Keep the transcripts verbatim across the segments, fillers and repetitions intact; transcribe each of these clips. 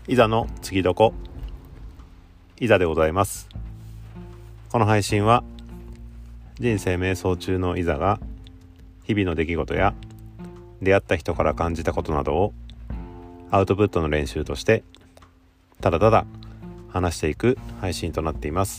いざの次どこいざでございます。この配信は人生瞑想中のいざが日々の出来事や出会った人から感じたことなどをアウトプットの練習としてただただ話していく配信となっています。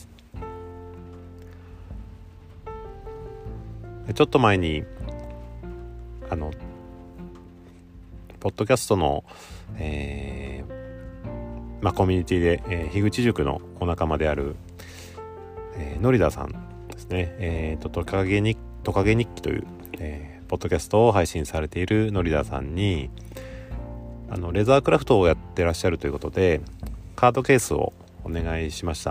ちょっと前にあのポッドキャストの、えーまあ、コミュニティで、えー、樋口塾のお仲間である、えー、のりださんですね、えー、とトカゲ日トカゲ日記という、えー、ポッドキャストを配信されているのりださんにあのレザークラフトをやってらっしゃるということでカードケースをお願いしました。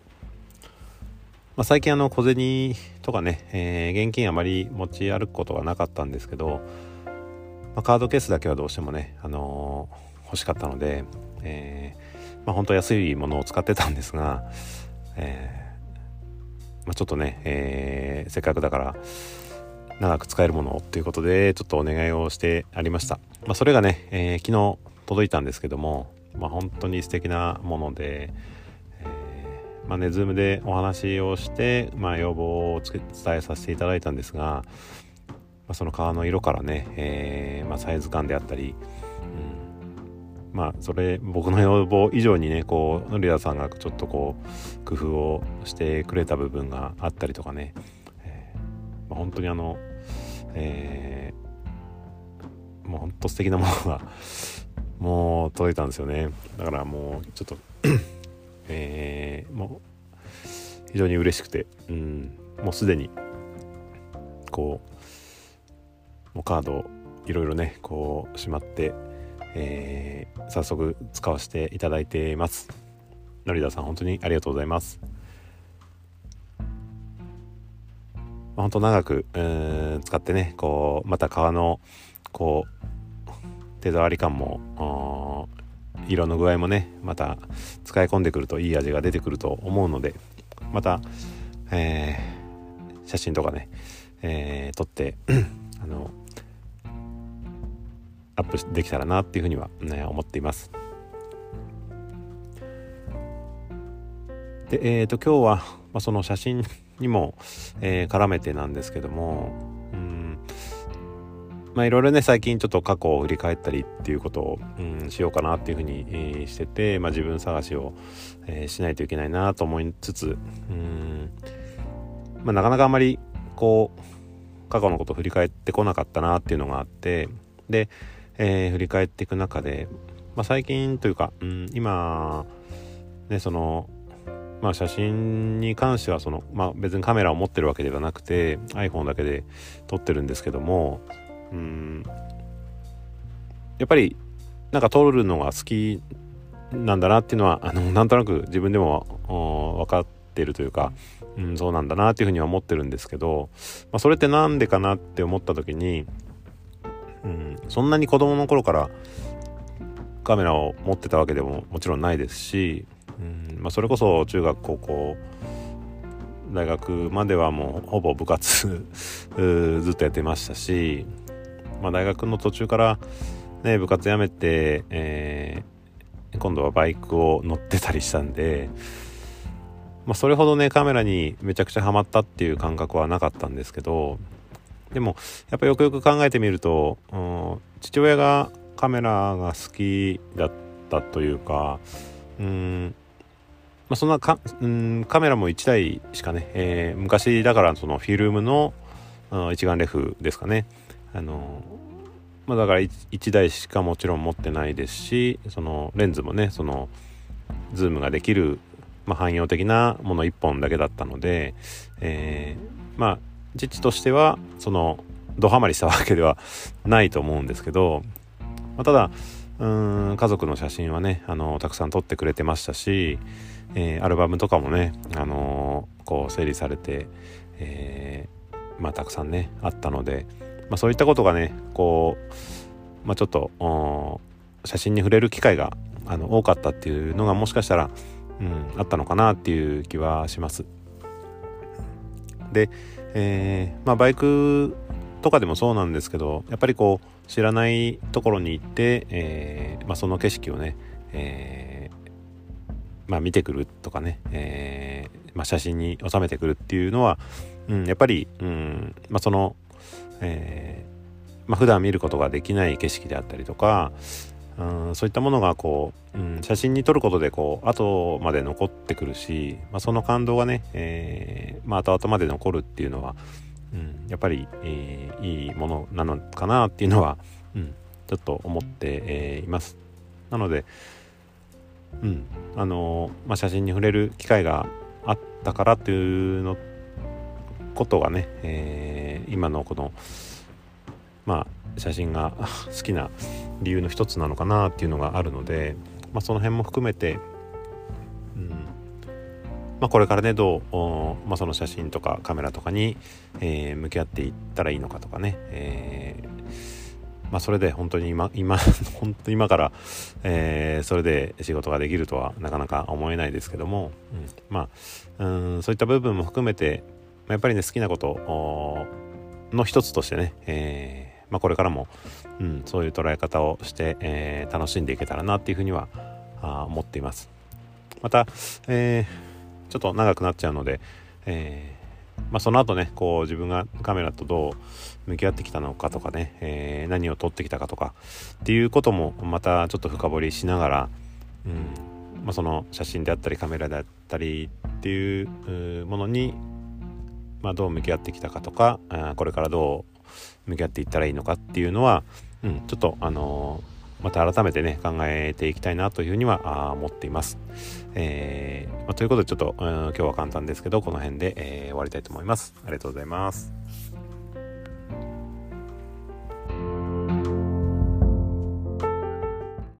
まあ、最近あの小銭とかね、えー、現金あまり持ち歩くことがなかったんですけど、まあ、カードケースだけはどうしてもね、あのー、欲しかったので、えーまあ、本当安いものを使ってたんですが、えーまあ、ちょっとね、えー、せっかくだから長く使えるものをということでちょっとお願いをしてありました。まあ、それがね、えー、昨日届いたんですけども、まあ、本当に素敵なもので、まあね、ズームでお話をして、まあ、要望を伝えさせていただいたんですが、まあ、その革の色からね、えーまあ、サイズ感であったり、うん、まあそれ僕の要望以上にねこうのりださんがちょっとこう工夫をしてくれた部分があったりとかね、えーまあ、本当にあの、えー、もう本当素敵なものがもう届いたんですよね。だからもうちょっとえー、もう非常に嬉しくて、うん、もうすでにこうもうカードをいろいろねこうしまって、えー、早速使わせていただいています。のりださん本当にありがとうございます。本当長く使ってねこうまた革のこう手触り感も色の具合もねまた使い込んでくるといい味が出てくると思うのでまた、えー、写真とかね、えー、撮ってあのアップできたらなっていうふうには、ね、思っています。で、えーと今日は、まあ、その写真にも、えー、絡めてなんですけども、まあいろいろね最近ちょっと過去を振り返ったりっていうことを、うん、しようかなっていうふうに、えー、してて、まあ、自分探しを、えー、しないといけないなと思いつつ、うん、まあ、なかなかあまりこう過去のことを振り返ってこなかったなっていうのがあってで、えー、振り返っていく中で、まあ、最近というか、うん、今ねそのまあ写真に関してはその、まあ、別にカメラを持ってるわけではなくて iPhone だけで撮ってるんですけどもうんやっぱりなんか撮るのが好きなんだなっていうのはあのなんとなく自分でも分かってるというか、うん、そうなんだなっていうふうには思ってるんですけど、まあ、それってなんでかなって思った時に、うん、そんなに子供の頃からカメラを持ってたわけでももちろんないですし、うんまあ、それこそ中学高校大学まではもうほぼ部活ずっとやってましたし、まあ、大学の途中から、ね、部活やめて、えー、今度はバイクを乗ってたりしたんで、まあ、それほどねカメラにめちゃくちゃハマったっていう感覚はなかったんですけど、でもやっぱよくよく考えてみると、うん、父親がカメラが好きだったというか、うんまあ、そんなか、うん、カメラもいちだいしかね、えー、昔だからそのフィルムの、うん、一眼レフですかね、あのまあ、だからいちだいしかもちろん持ってないですし、そのレンズもねそのズームができる、まあ、汎用的なものいっぽんだけだったので、えー、まあ父としてはそのドハマりしたわけではないと思うんですけど、まあ、ただうーん家族の写真はねあのたくさん撮ってくれてましたし、えー、アルバムとかもね、あのー、こう整理されて、えーまあ、たくさんねあったので、まあ、そういったことがねこう、まあ、ちょっと写真に触れる機会があの多かったっていうのがもしかしたら、うん、あったのかなっていう気はします。で、えーまあ、バイクとかでもそうなんですけどやっぱりこう知らないところに行って、えーまあ、その景色をねえーまあ、見てくるとかね、えーまあ、写真に収めてくるっていうのは、うん、やっぱり、うんまあ、その、えーまあ、普段見ることができない景色であったりとか、うん、そういったものがこう、うん、写真に撮ることでこう後まで残ってくるし、まあ、その感動がね、えーまあ、後々まで残るっていうのは、うん、やっぱり、えー、いいものなのかなっていうのは、うん、ちょっと思って、えー、います。なので、うんあのーまあ、写真に触れる機会があったからっていうのことがね、えー、今のこのまあ写真が好きな理由の一つなのかなっていうのがあるので、まあ、その辺も含めて、うんまあ、これからねどう、まあ、その写真とかカメラとかに、えー、向き合っていったらいいのかとかね、えーまあ、それで本当に今今本当に今から、えー、それで仕事ができるとはなかなか思えないですけども、うん、まあうんそういった部分も含めてやっぱりね好きなことの一つとしてね、えーまあ、これからも、うん、そういう捉え方をして、えー、楽しんでいけたらなっていうふうにはあ思っています。また、えー、ちょっと長くなっちゃうので、えーまあ、その後ねこう自分がカメラとどう向き合ってきたのかとかね、えー、何を撮ってきたかとかっていうこともまたちょっと深掘りしながら、うんまあ、その写真であったりカメラであったりっていうものに、まあ、どう向き合ってきたかとか、あこれからどう向き合っていったらいいのかっていうのは、うん、ちょっとあのーまた改めてね考えていきたいなというふうには思っています。えーまあ、ということでちょっと、うん、今日は簡単ですけどこの辺で、えー、終わりたいと思います。ありがとうございます。